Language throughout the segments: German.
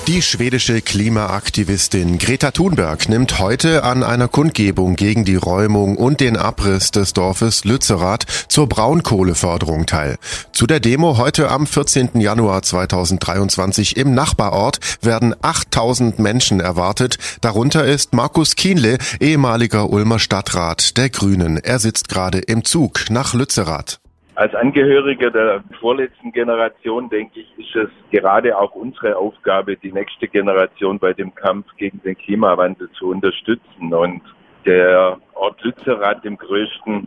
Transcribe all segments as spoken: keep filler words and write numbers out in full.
Die schwedische Klimaaktivistin Greta Thunberg nimmt heute an einer Kundgebung gegen die Räumung und den Abriss des Dorfes Lützerath zur Braunkohleförderung teil. Zu der Demo heute am vierzehnten Januar zweitausenddreiundzwanzig im Nachbarort werden achttausend Menschen erwartet. Darunter ist Markus Kienle, ehemaliger Ulmer Stadtrat der Grünen. Er sitzt gerade im Zug nach Lützerath. Als Angehöriger der vorletzten Generation, denke ich, ist es gerade auch unsere Aufgabe, die nächste Generation bei dem Kampf gegen den Klimawandel zu unterstützen. Und der Ort Lützerath, dem größten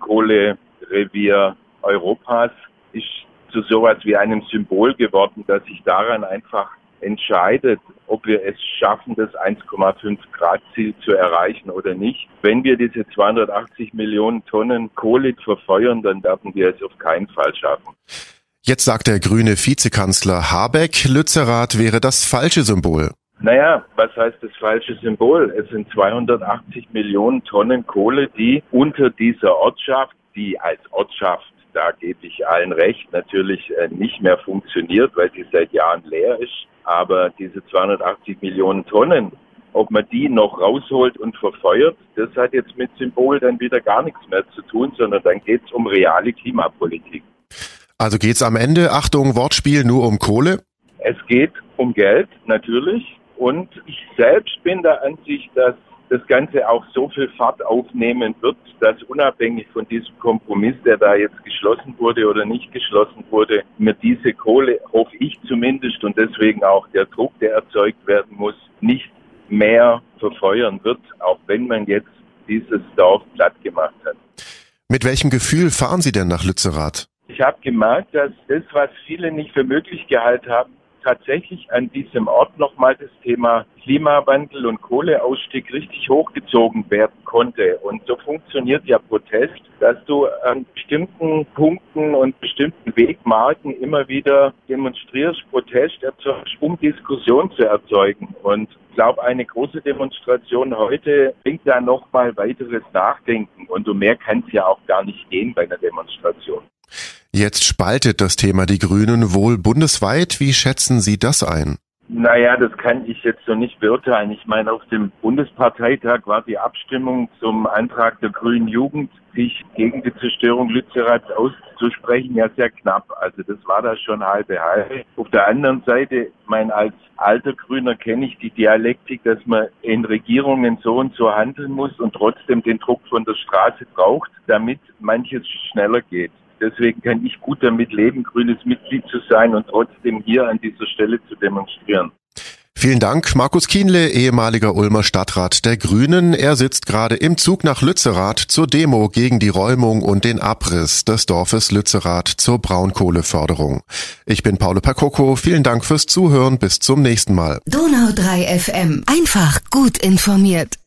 Braunkohlerevier Europas, ist zu sowas wie einem Symbol geworden, das sich daran einfach entscheidet, ob wir es schaffen, das eins Komma fünf Grad Ziel zu erreichen oder nicht. Wenn wir diese zweihundertachtzig Millionen Tonnen Kohle verfeuern, dann werden wir es auf keinen Fall schaffen. Jetzt sagt der grüne Vizekanzler Habeck, Lützerath wäre das falsche Symbol. Naja, was heißt das falsche Symbol? Es sind zweihundertachtzig Millionen Tonnen Kohle, die unter dieser Ortschaft, die als Ortschaft, da gebe ich allen recht, natürlich nicht mehr funktioniert, weil sie seit Jahren leer ist. Aber diese zweihundertachtzig Millionen Tonnen, ob man die noch rausholt und verfeuert, das hat jetzt mit Symbol dann wieder gar nichts mehr zu tun, sondern dann geht es um reale Klimapolitik. Also geht's am Ende, Achtung, Wortspiel, nur um Kohle? Es geht um Geld, natürlich. Und ich selbst bin der Ansicht, dass das Ganze auch so viel Fahrt aufnehmen wird, dass unabhängig von diesem Kompromiss, der da jetzt geschlossen wurde oder nicht geschlossen wurde, mir diese Kohle, hoffe ich zumindest, und deswegen auch der Druck, der erzeugt werden muss, nicht mehr verfeuern wird, auch wenn man jetzt dieses Dorf platt gemacht hat. Mit welchem Gefühl fahren Sie denn nach Lützerath? Ich habe gemerkt, dass das, was viele nicht für möglich gehalten haben, tatsächlich an diesem Ort nochmal das Thema Klimawandel und Kohleausstieg richtig hochgezogen werden konnte. Und so funktioniert ja Protest, dass du an bestimmten Punkten und bestimmten Wegmarken immer wieder demonstrierst, Protest erzeugst, um Diskussion zu erzeugen. Und ich glaube, eine große Demonstration heute bringt da nochmal weiteres Nachdenken. Und um mehr kann es ja auch gar nicht gehen bei einer Demonstration. Jetzt spaltet das Thema die Grünen wohl bundesweit. Wie schätzen Sie das ein? Naja, das kann ich jetzt so nicht beurteilen. Ich meine, auf dem Bundesparteitag war die Abstimmung zum Antrag der Grünen Jugend, sich gegen die Zerstörung Lützeraths auszusprechen, ja sehr knapp. Also das war da schon halbe halbe. Auf der anderen Seite, ich meine, als alter Grüner kenne ich die Dialektik, dass man in Regierungen so und so handeln muss und trotzdem den Druck von der Straße braucht, damit manches schneller geht. Deswegen kann ich gut damit leben, grünes Mitglied zu sein und trotzdem hier an dieser Stelle zu demonstrieren. Vielen Dank, Markus Kienle, ehemaliger Ulmer Stadtrat der Grünen. Er sitzt gerade im Zug nach Lützerath zur Demo gegen die Räumung und den Abriss des Dorfes Lützerath zur Braunkohleförderung. Ich bin Paolo Percocco. Vielen Dank fürs Zuhören. Bis zum nächsten Mal. Donau drei F M. Einfach gut informiert.